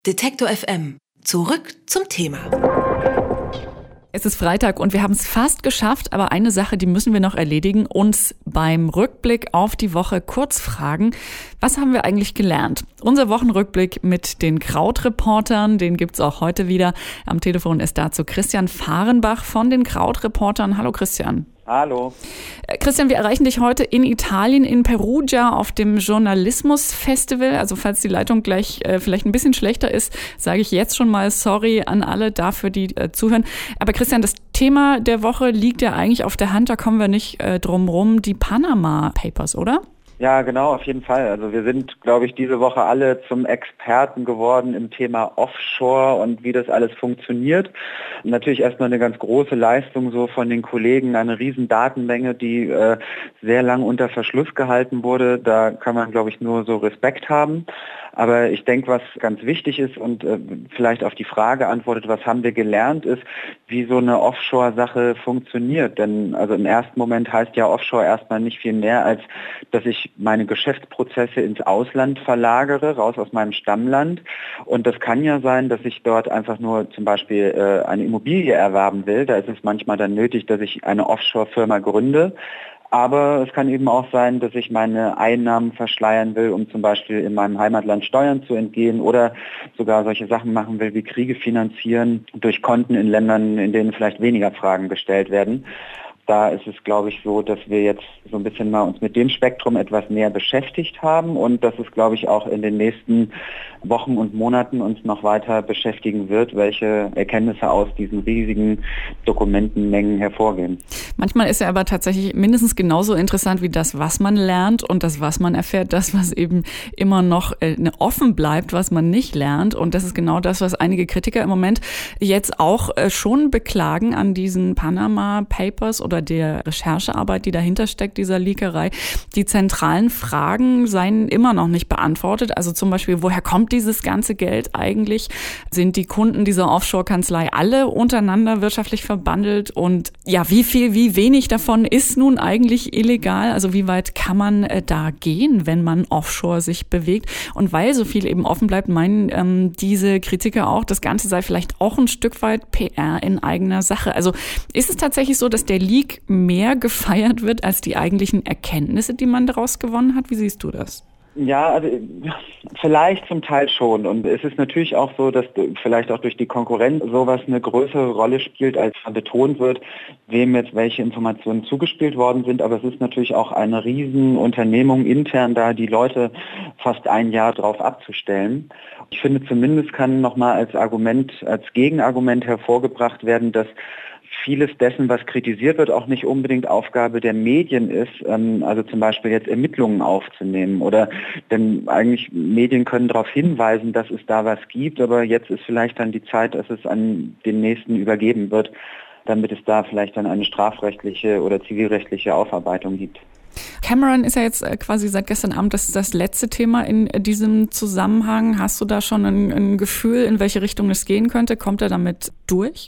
Detektor FM. Zurück zum Thema. Es ist Freitag und wir haben es fast geschafft, aber eine Sache, die müssen wir noch erledigen, uns beim Rückblick auf die Woche kurz fragen, was haben wir eigentlich gelernt? Unser Wochenrückblick mit den Krautreportern, den gibt's auch heute wieder. Am Telefon ist dazu Christian Fahrenbach von den Krautreportern. Hallo Christian. Hallo. Christian, wir erreichen dich heute in Italien, in Perugia auf dem Journalismus-Festival. Also falls die Leitung gleich vielleicht ein bisschen schlechter ist, sage ich jetzt schon mal sorry an alle dafür, die zuhören. Aber Christian, das Thema der Woche liegt ja eigentlich auf der Hand, da kommen wir nicht drum rum, die Panama Papers, oder? Ja, genau, auf jeden Fall. Also wir sind, glaube ich, diese Woche alle zum Experten geworden im Thema Offshore und wie das alles funktioniert. Natürlich erstmal eine ganz große Leistung so von den Kollegen, eine riesen Datenmenge, die sehr lang unter Verschluss gehalten wurde. Da kann man, glaube ich, nur so Respekt haben. Aber ich denke, was ganz wichtig ist und vielleicht auf die Frage antwortet, was haben wir gelernt, ist, wie so eine Offshore-Sache funktioniert. Denn also im ersten Moment heißt ja Offshore erstmal nicht viel mehr, als dass ich meine Geschäftsprozesse ins Ausland verlagere, raus aus meinem Stammland. Und das kann ja sein, dass ich dort einfach nur zum Beispiel eine Immobilie erwerben will. Da ist es manchmal dann nötig, dass ich eine Offshore-Firma gründe. Aber es kann eben auch sein, dass ich meine Einnahmen verschleiern will, um zum Beispiel in meinem Heimatland Steuern zu entgehen oder sogar solche Sachen machen will, wie Kriege finanzieren durch Konten in Ländern, in denen vielleicht weniger Fragen gestellt werden. Da ist es, glaube ich, so, dass wir jetzt so ein bisschen mal uns mit dem Spektrum etwas näher beschäftigt haben und dass es, glaube ich, auch in den nächsten Wochen und Monaten uns noch weiter beschäftigen wird, welche Erkenntnisse aus diesen riesigen Dokumentenmengen hervorgehen. Manchmal ist ja aber tatsächlich mindestens genauso interessant wie das, was man lernt und das, was man erfährt, das, was eben immer noch offen bleibt, was man nicht lernt. Und das ist genau das, was einige Kritiker im Moment jetzt auch schon beklagen an diesen Panama Papers oder der Recherchearbeit, die dahinter steckt, dieser Leakerei. Die zentralen Fragen seien immer noch nicht beantwortet. Also zum Beispiel, woher kommt dieses ganze Geld eigentlich? Sind die Kunden dieser Offshore-Kanzlei alle untereinander wirtschaftlich verbandelt? Und ja, wie wenig davon ist nun eigentlich illegal? Also wie weit kann man da gehen, wenn man offshore sich bewegt? Und weil so viel eben offen bleibt, meinen diese Kritiker auch, das Ganze sei vielleicht auch ein Stück weit PR in eigener Sache. Also ist es tatsächlich so, dass der Leak mehr gefeiert wird als die eigentlichen Erkenntnisse, die man daraus gewonnen hat? Wie siehst du das? Ja, also vielleicht zum Teil schon. Und es ist natürlich auch so, dass vielleicht auch durch die Konkurrenz sowas eine größere Rolle spielt, als betont wird, wem jetzt welche Informationen zugespielt worden sind. Aber es ist natürlich auch eine Riesenunternehmung intern da, die Leute fast ein Jahr drauf abzustellen. Ich finde zumindest kann nochmal als Argument, als Gegenargument hervorgebracht werden, dass vieles dessen, was kritisiert wird, auch nicht unbedingt Aufgabe der Medien ist, also zum Beispiel jetzt Ermittlungen aufzunehmen oder denn eigentlich Medien können darauf hinweisen, dass es da was gibt, aber jetzt ist vielleicht dann die Zeit, dass es an den Nächsten übergeben wird, damit es da vielleicht dann eine strafrechtliche oder zivilrechtliche Aufarbeitung gibt. Cameron ist ja jetzt quasi seit gestern Abend das letzte Thema in diesem Zusammenhang. Hast du da schon ein Gefühl, in welche Richtung es gehen könnte? Kommt er damit durch?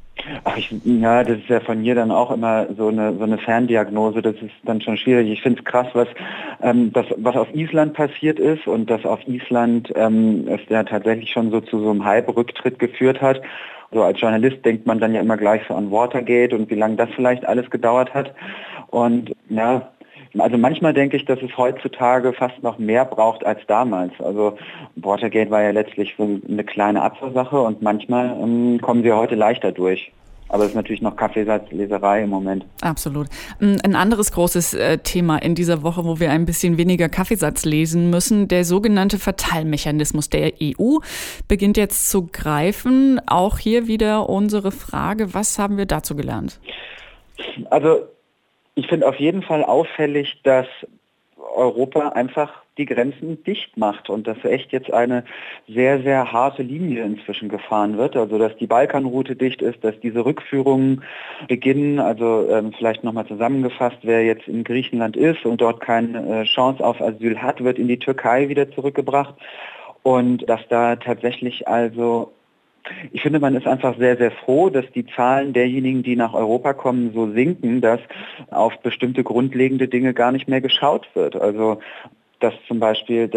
Ja, das ist ja von mir dann auch immer so eine Ferndiagnose, das ist dann schon schwierig. Ich finde es krass, was auf Island passiert ist und dass auf Island es ja tatsächlich schon so zu so einem Halbrücktritt geführt hat. So als Journalist denkt man dann ja immer gleich so an Watergate und wie lange das vielleicht alles gedauert hat. Und ja, also manchmal denke ich, dass es heutzutage fast noch mehr braucht als damals. Also Watergate war ja letztlich so eine kleine Abwehrsache und manchmal kommen wir heute leichter durch. Aber es ist natürlich noch Kaffeesatzleserei im Moment. Absolut. Ein anderes großes Thema in dieser Woche, wo wir ein bisschen weniger Kaffeesatz lesen müssen, der sogenannte Verteilmechanismus der EU beginnt jetzt zu greifen. Auch hier wieder unsere Frage, was haben wir dazu gelernt? Also ich finde auf jeden Fall auffällig, dass Europa einfach die Grenzen dicht macht und dass echt jetzt eine sehr, sehr harte Linie inzwischen gefahren wird. Also dass die Balkanroute dicht ist, dass diese Rückführungen beginnen. Also vielleicht nochmal zusammengefasst, wer jetzt in Griechenland ist und dort keine Chance auf Asyl hat, wird in die Türkei wieder zurückgebracht. Und dass da tatsächlich also ich finde, man ist einfach sehr, sehr froh, dass die Zahlen derjenigen, die nach Europa kommen, so sinken, dass auf bestimmte grundlegende Dinge gar nicht mehr geschaut wird. Also dass zum Beispiel das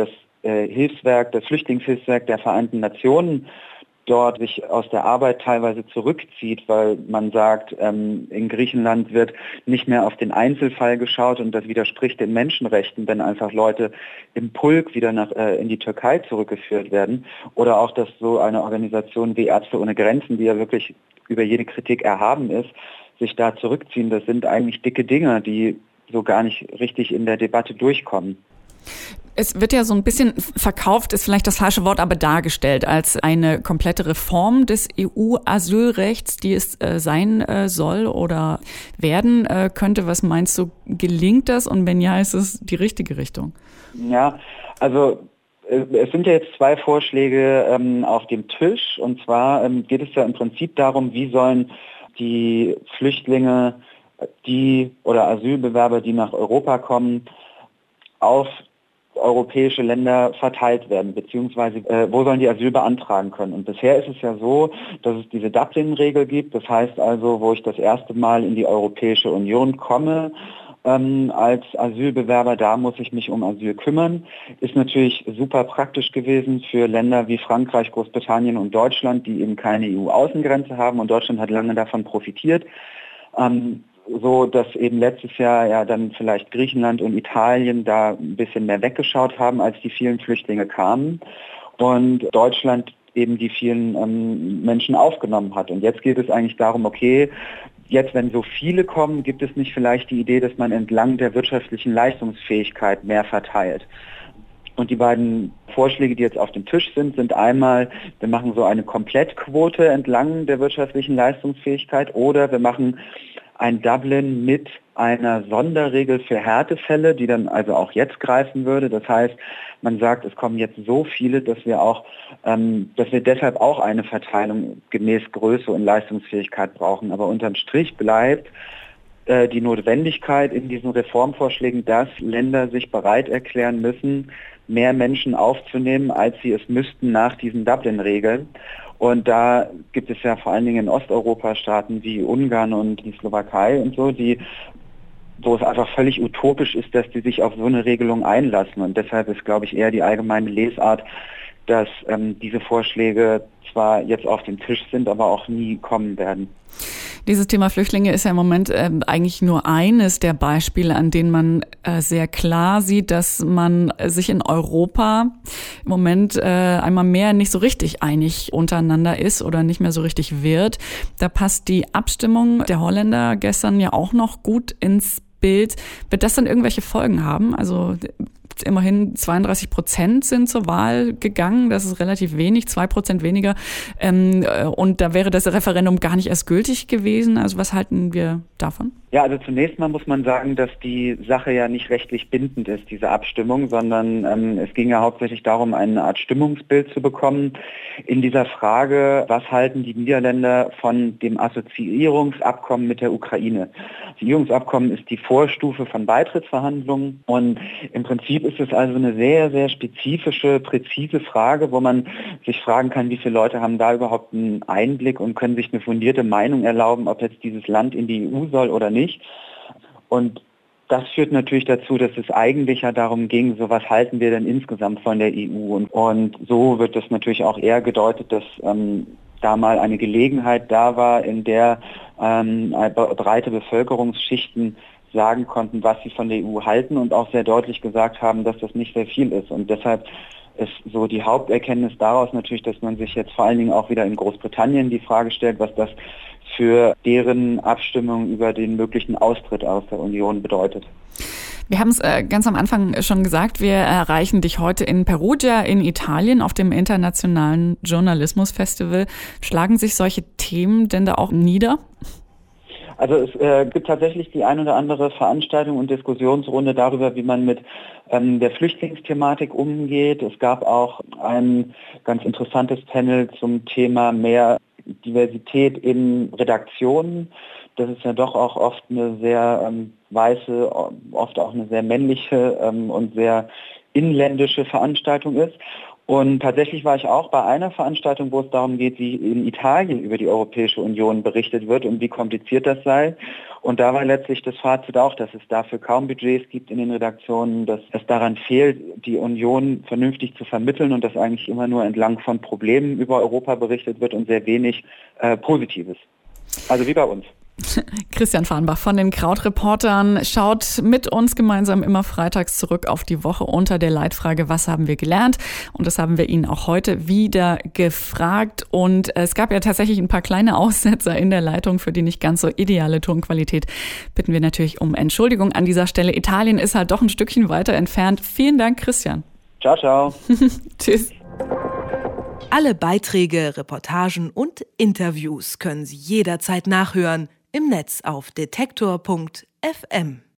Hilfswerk, das Flüchtlingshilfswerk der Vereinten Nationen dort sich aus der Arbeit teilweise zurückzieht, weil man sagt, in Griechenland wird nicht mehr auf den Einzelfall geschaut und das widerspricht den Menschenrechten, wenn einfach Leute im Pulk wieder in die Türkei zurückgeführt werden. Oder auch, dass so eine Organisation wie Ärzte ohne Grenzen, die ja wirklich über jede Kritik erhaben ist, sich da zurückziehen. Das sind eigentlich dicke Dinge, die so gar nicht richtig in der Debatte durchkommen. Es wird ja so ein bisschen verkauft, ist vielleicht das falsche Wort, aber dargestellt als eine komplette Reform des EU-Asylrechts, die es sein soll oder werden könnte. Was meinst du, gelingt das? Und wenn ja, ist es die richtige Richtung? Ja, also es sind ja jetzt 2 Vorschläge auf dem Tisch. Und zwar geht es ja im Prinzip darum, wie sollen die Flüchtlinge, oder Asylbewerber, die nach Europa kommen, auf europäische Länder verteilt werden, beziehungsweise wo sollen die Asyl beantragen können. Und bisher ist es ja so, dass es diese Dublin-Regel gibt. Das heißt also, wo ich das erste Mal in die Europäische Union komme, als Asylbewerber, da muss ich mich um Asyl kümmern. Ist natürlich super praktisch gewesen für Länder wie Frankreich, Großbritannien und Deutschland, die eben keine EU-Außengrenze haben, und Deutschland hat lange davon profitiert. So dass eben letztes Jahr ja dann vielleicht Griechenland und Italien da ein bisschen mehr weggeschaut haben, als die vielen Flüchtlinge kamen, und Deutschland eben die vielen Menschen aufgenommen hat. Und jetzt geht es eigentlich darum, okay, jetzt, wenn so viele kommen, gibt es nicht vielleicht die Idee, dass man entlang der wirtschaftlichen Leistungsfähigkeit mehr verteilt. Und die beiden Vorschläge, die jetzt auf dem Tisch sind einmal, wir machen so eine Komplettquote entlang der wirtschaftlichen Leistungsfähigkeit, oder wir machen ein Dublin mit einer Sonderregel für Härtefälle, die dann also auch jetzt greifen würde. Das heißt, man sagt, es kommen jetzt so viele, dass wir deshalb auch eine Verteilung gemäß Größe und Leistungsfähigkeit brauchen. Aber unterm Strich bleibt die Notwendigkeit in diesen Reformvorschlägen, dass Länder sich bereit erklären müssen, mehr Menschen aufzunehmen, als sie es müssten nach diesen Dublin-Regeln. Und da gibt es ja vor allen Dingen in Osteuropa Staaten wie Ungarn und die Slowakei und so, wo es einfach völlig utopisch ist, dass die sich auf so eine Regelung einlassen. Und deshalb ist, glaube ich, eher die allgemeine Lesart, dass diese Vorschläge zwar jetzt auf dem Tisch sind, aber auch nie kommen werden. Dieses Thema Flüchtlinge ist ja im Moment eigentlich nur eines der Beispiele, an denen man sehr klar sieht, dass man sich in Europa im Moment einmal mehr nicht so richtig einig untereinander ist oder nicht mehr so richtig wird. Da passt die Abstimmung der Holländer gestern ja auch noch gut ins Bild. Wird das dann irgendwelche Folgen haben? Also immerhin 32% sind zur Wahl gegangen. Das ist relativ wenig, 2% weniger. Und da wäre das Referendum gar nicht erst gültig gewesen. Also was halten wir davon? Ja, also zunächst mal muss man sagen, dass die Sache ja nicht rechtlich bindend ist, diese Abstimmung, sondern es ging ja hauptsächlich darum, eine Art Stimmungsbild zu bekommen in dieser Frage, was halten die Niederländer von dem Assoziierungsabkommen mit der Ukraine. Das Assoziierungsabkommen ist die Vorstufe von Beitrittsverhandlungen, und im Prinzip ist es also eine sehr, sehr spezifische, präzise Frage, wo man sich fragen kann, wie viele Leute haben da überhaupt einen Einblick und können sich eine fundierte Meinung erlauben, ob jetzt dieses Land in die EU soll oder nicht. Und das führt natürlich dazu, dass es eigentlich ja darum ging, so was halten wir denn insgesamt von der EU. Und so wird das natürlich auch eher gedeutet, dass da mal eine Gelegenheit da war, in der breite Bevölkerungsschichten sagen konnten, was sie von der EU halten, und auch sehr deutlich gesagt haben, dass das nicht sehr viel ist. Und deshalb ist so die Haupterkenntnis daraus natürlich, dass man sich jetzt vor allen Dingen auch wieder in Großbritannien die Frage stellt, was das für deren Abstimmung über den möglichen Austritt aus der Union bedeutet. Wir haben es ganz am Anfang schon gesagt, wir erreichen dich heute in Perugia in Italien auf dem Internationalen Journalismusfestival. Schlagen sich solche Themen denn da auch nieder? Also es gibt tatsächlich die ein oder andere Veranstaltung und Diskussionsrunde darüber, wie man mit der Flüchtlingsthematik umgeht. Es gab auch ein ganz interessantes Panel zum Thema mehr Diversität in Redaktionen. Das ist ja doch auch oft eine sehr weiße, oft auch eine sehr männliche und sehr inländische Veranstaltung ist. Und tatsächlich war ich auch bei einer Veranstaltung, wo es darum geht, wie in Italien über die Europäische Union berichtet wird und wie kompliziert das sei. Und da war letztlich das Fazit auch, dass es dafür kaum Budgets gibt in den Redaktionen, dass es daran fehlt, die Union vernünftig zu vermitteln und dass eigentlich immer nur entlang von Problemen über Europa berichtet wird und sehr wenig Positives. Also wie bei uns. Christian Farnbach von den Krautreportern schaut mit uns gemeinsam immer freitags zurück auf die Woche unter der Leitfrage, was haben wir gelernt? Und das haben wir ihn auch heute wieder gefragt. Und es gab ja tatsächlich ein paar kleine Aussetzer in der Leitung für die nicht ganz so ideale Tonqualität. Bitten wir natürlich um Entschuldigung an dieser Stelle. Italien ist halt doch ein Stückchen weiter entfernt. Vielen Dank, Christian. Ciao, ciao. Tschüss. Alle Beiträge, Reportagen und Interviews können Sie jederzeit nachhören im Netz auf detektor.fm.